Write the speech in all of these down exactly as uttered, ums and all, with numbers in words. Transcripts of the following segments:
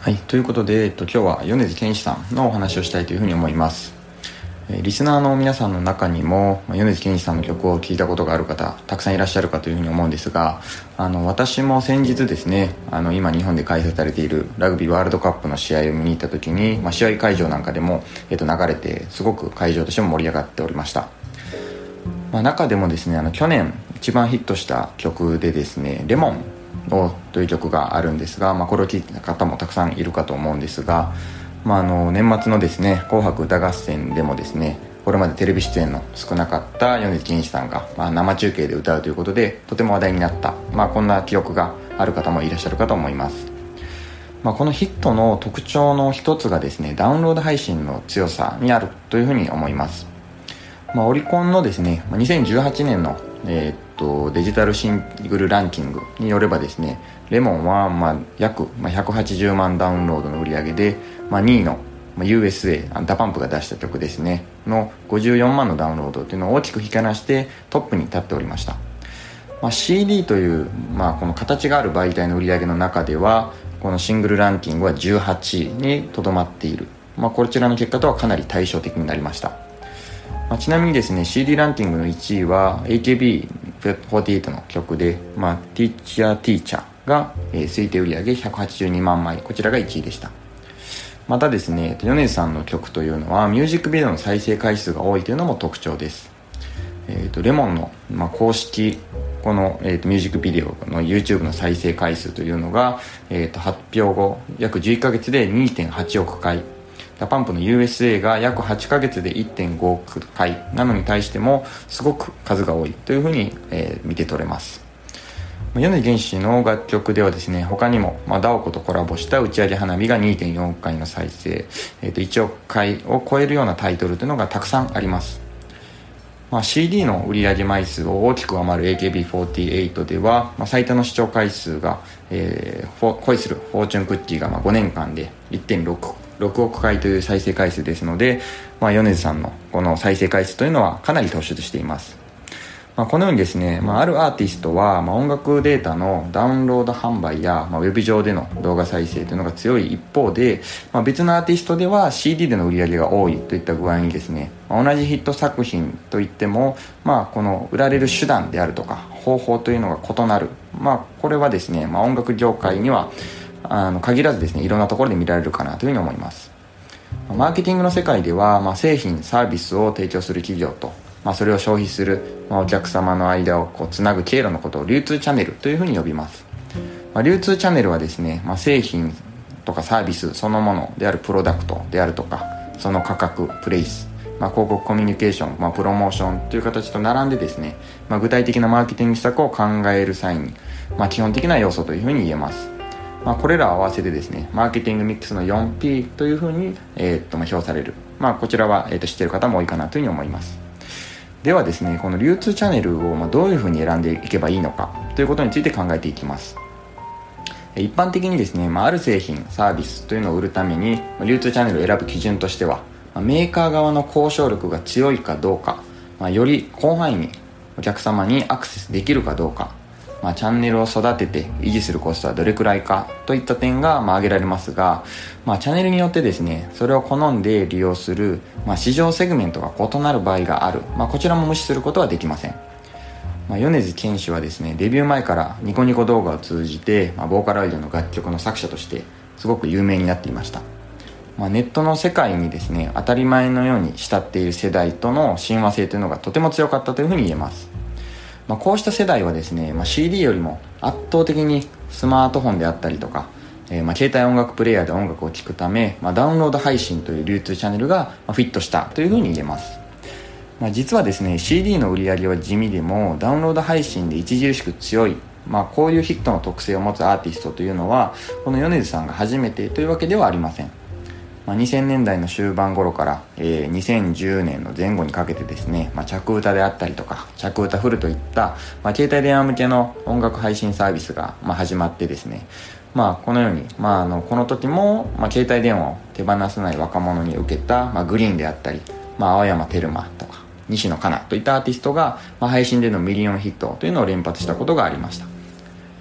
はい、ということで、えっと、今日は米津玄師さんのお話をしたいというふうに思います。えーリスナーの皆さんの中にも、まあ米津玄師さんの曲を聴いたことがある方たくさんいらっしゃるかというふうに思うんですが、あの私も先日ですね、あの今日本で開催されているラグビーワールドカップの試合を見に行った時に、まあ、試合会場なんかでも、えっと、流れてすごく会場としても盛り上がっておりました。まあ、中でもですね、あの去年一番ヒットした曲でですね、レモンをという曲があるんですが、まあ、これを聴いた方もたくさんいるかと思うんですが、まあ、あの年末のですね紅白歌合戦でもですね、これまでテレビ出演の少なかった米津玄師さんが、まあ、生中継で歌うということでとても話題になった、まあ、こんな記憶がある方もいらっしゃるかと思います。まあ、このヒットの特徴の一つがですね、ダウンロード配信の強さにあるというふうに思います。まあ、オリコンのですねにせんじゅうはちねんの、えーっとデジタルシングルランキングによればですね、レモンはまあ約ひゃくはちじゅうまんダウンロードの売り上げで、まあ、にいの ユーエスエー ダパンプが出した曲ですねのごじゅうよんまんのダウンロードというのを大きく引き離してトップに立っておりました。まあ、シーディー という、まあ、この形がある媒体の売り上げの中ではこのシングルランキングはじゅうはちいにとどまっている、まあ、こちらの結果とはかなり対照的になりました。まあ、ちなみにですね シーディー ランキングのいちいは エーケービーフォーティーエイト の曲で、まあ、Teacher Teacher が、えー、推定売上ひゃくはちじゅうにまんまい、こちらがいちいでした。またですね、米津さんの曲というのはミュージックビデオの再生回数が多いというのも特徴です。えー、とレモンの、まあ、公式この、えー、とミュージックビデオの YouTube の再生回数というのが、えー、と発表後約じゅういっかげつで にてんはちおくかい、ダパンプの ユーエスエー が約はちかげつで いってんごおくかいなのに対してもすごく数が多いというふうに、えー見て取れます。米津玄師の楽曲ではですね、他にも、まあ、ダオコとコラボした打ち上げ花火が にてんよんおくかいの再生、えー、といちおくかいを超えるようなタイトルというのがたくさんあります。まあ、シーディー の売上枚数を大きく上回る エーケービーフォーティーエイト では、まあ、最多の視聴回数が、えー、恋するフォーチュンクッキーがまあごねんかんで いってんろくおくかいという再生回数ですので、まあ、米津さんのこの再生回数というのはかなり突出しています。まあ、このようにですね、まあ、あるアーティストは、まあ、音楽データのダウンロード販売や、まあ、ウェブ上での動画再生というのが強い一方で、まあ、別のアーティストでは シーディー での売り上げが多いといった具合にですね、まあ、同じヒット作品といっても、まあ、この売られる手段であるとか方法というのが異なる、まあ、これはですね、まあ、音楽業界にはあの限らずですね、いろんなところで見られるかなというふうに思います。マーケティングの世界では、まあ、製品サービスを提供する企業と、まあ、それを消費する、まあ、お客様の間をこうつなぐ経路のことを流通チャンネルというふうに呼びます。まあ、流通チャンネルはですね、まあ、製品とかサービスそのものであるプロダクトであるとか、その価格プレイス、まあ、広告コミュニケーション、まあ、プロモーションという形と並んでですね、まあ、具体的なマーケティング施策を考える際に、まあ、基本的な要素というふうに言えます。まあ、これらを合わせてですね、マーケティングミックスの よんピー というふうに、えー、っとまあ表される、まあ、こちらは、えー、っと知っている方も多いかなというふうに思います。ではですね、この流通チャンネルをまあどういうふうに選んでいけばいいのかということについて考えていきます。一般的にですね、まあ、ある製品サービスというのを売るために流通チャンネルを選ぶ基準としては、まあ、メーカー側の交渉力が強いかどうか、まあ、より広範囲にお客様にアクセスできるかどうか、まあ、チャンネルを育てて維持するコストはどれくらいかといった点がまあ挙げられますが、まあ、チャンネルによってですね、それを好んで利用する、まあ、市場セグメントが異なる場合がある、まあ、こちらも無視することはできません。まあ、米津玄師はですね、デビュー前からニコニコ動画を通じて、まあ、ボーカロイドの楽曲の作者としてすごく有名になっていました。まあ、ネットの世界にですね、当たり前のように慕っている世代との親和性というのがとても強かったというふうに言えます。まあ、こうした世代はですね、まあ、シーディー よりも圧倒的にスマートフォンであったりとか、えー、まあ携帯音楽プレイヤーで音楽を聴くため、まあ、ダウンロード配信という流通チャンネルがフィットしたというふうに言えます。まあ、実はですね シーディー の売り上げは地味でもダウンロード配信で著しく強い、まあ、こういうヒットの特性を持つアーティストというのはこの米津さんが初めてというわけではありません。まあ、にせんねんだいの終盤頃から、えー、にせんじゅうねんの前後にかけてですね、まあ、着歌であったりとか着歌フルといった、まあ、携帯電話向けの音楽配信サービスが、まあ、始まってですね、まあ、このように、まあ、あのこの時も、まあ、携帯電話を手放さない若者に受けた、まあ、グリーンであったり、まあ、青山テルマとか西野カナといったアーティストが、まあ、配信でのミリオンヒットというのを連発したことがありました。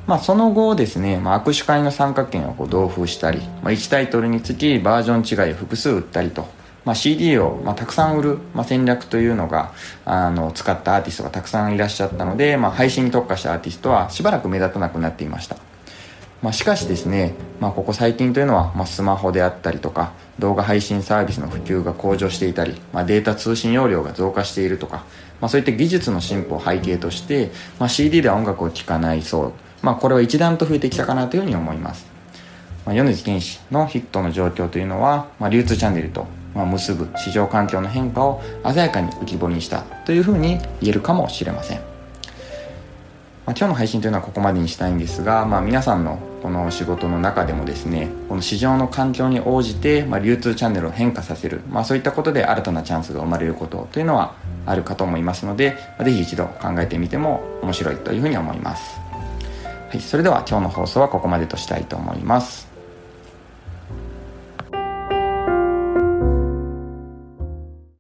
まあ、その後ですね、まあ、握手会の参加券をこう同封したり、まあ、いちタイトルにつきバージョン違いを複数売ったりと、まあ、シーディー をまあたくさん売る、まあ、戦略というのがあの使ったアーティストがたくさんいらっしゃったので、まあ、配信に特化したアーティストはしばらく目立たなくなっていました。まあ、しかしですね、まあ、ここ最近というのは、まあ、スマホであったりとか動画配信サービスの普及が向上していたり、まあ、データ通信容量が増加しているとか、まあ、そういった技術の進歩を背景として、まあ、シーディー では音楽を聴かないそう、まあ、これは一段と増えてきたかなというふうに思います。まあ、米津玄師のヒットの状況というのは、まあ、流通チャンネルと、まあ、結ぶ市場環境の変化を鮮やかに浮き彫りにしたというふうに言えるかもしれません。まあ、今日の配信というのはここまでにしたいんですが、まあ、皆さんのこの仕事の中でもですね、この市場の環境に応じて、まあ、流通チャンネルを変化させる、まあ、そういったことで新たなチャンスが生まれることというのはあるかと思いますので、まあ、ぜひ一度考えてみても面白いというふうに思います。はい、それでは今日の放送はここまでとしたいと思います。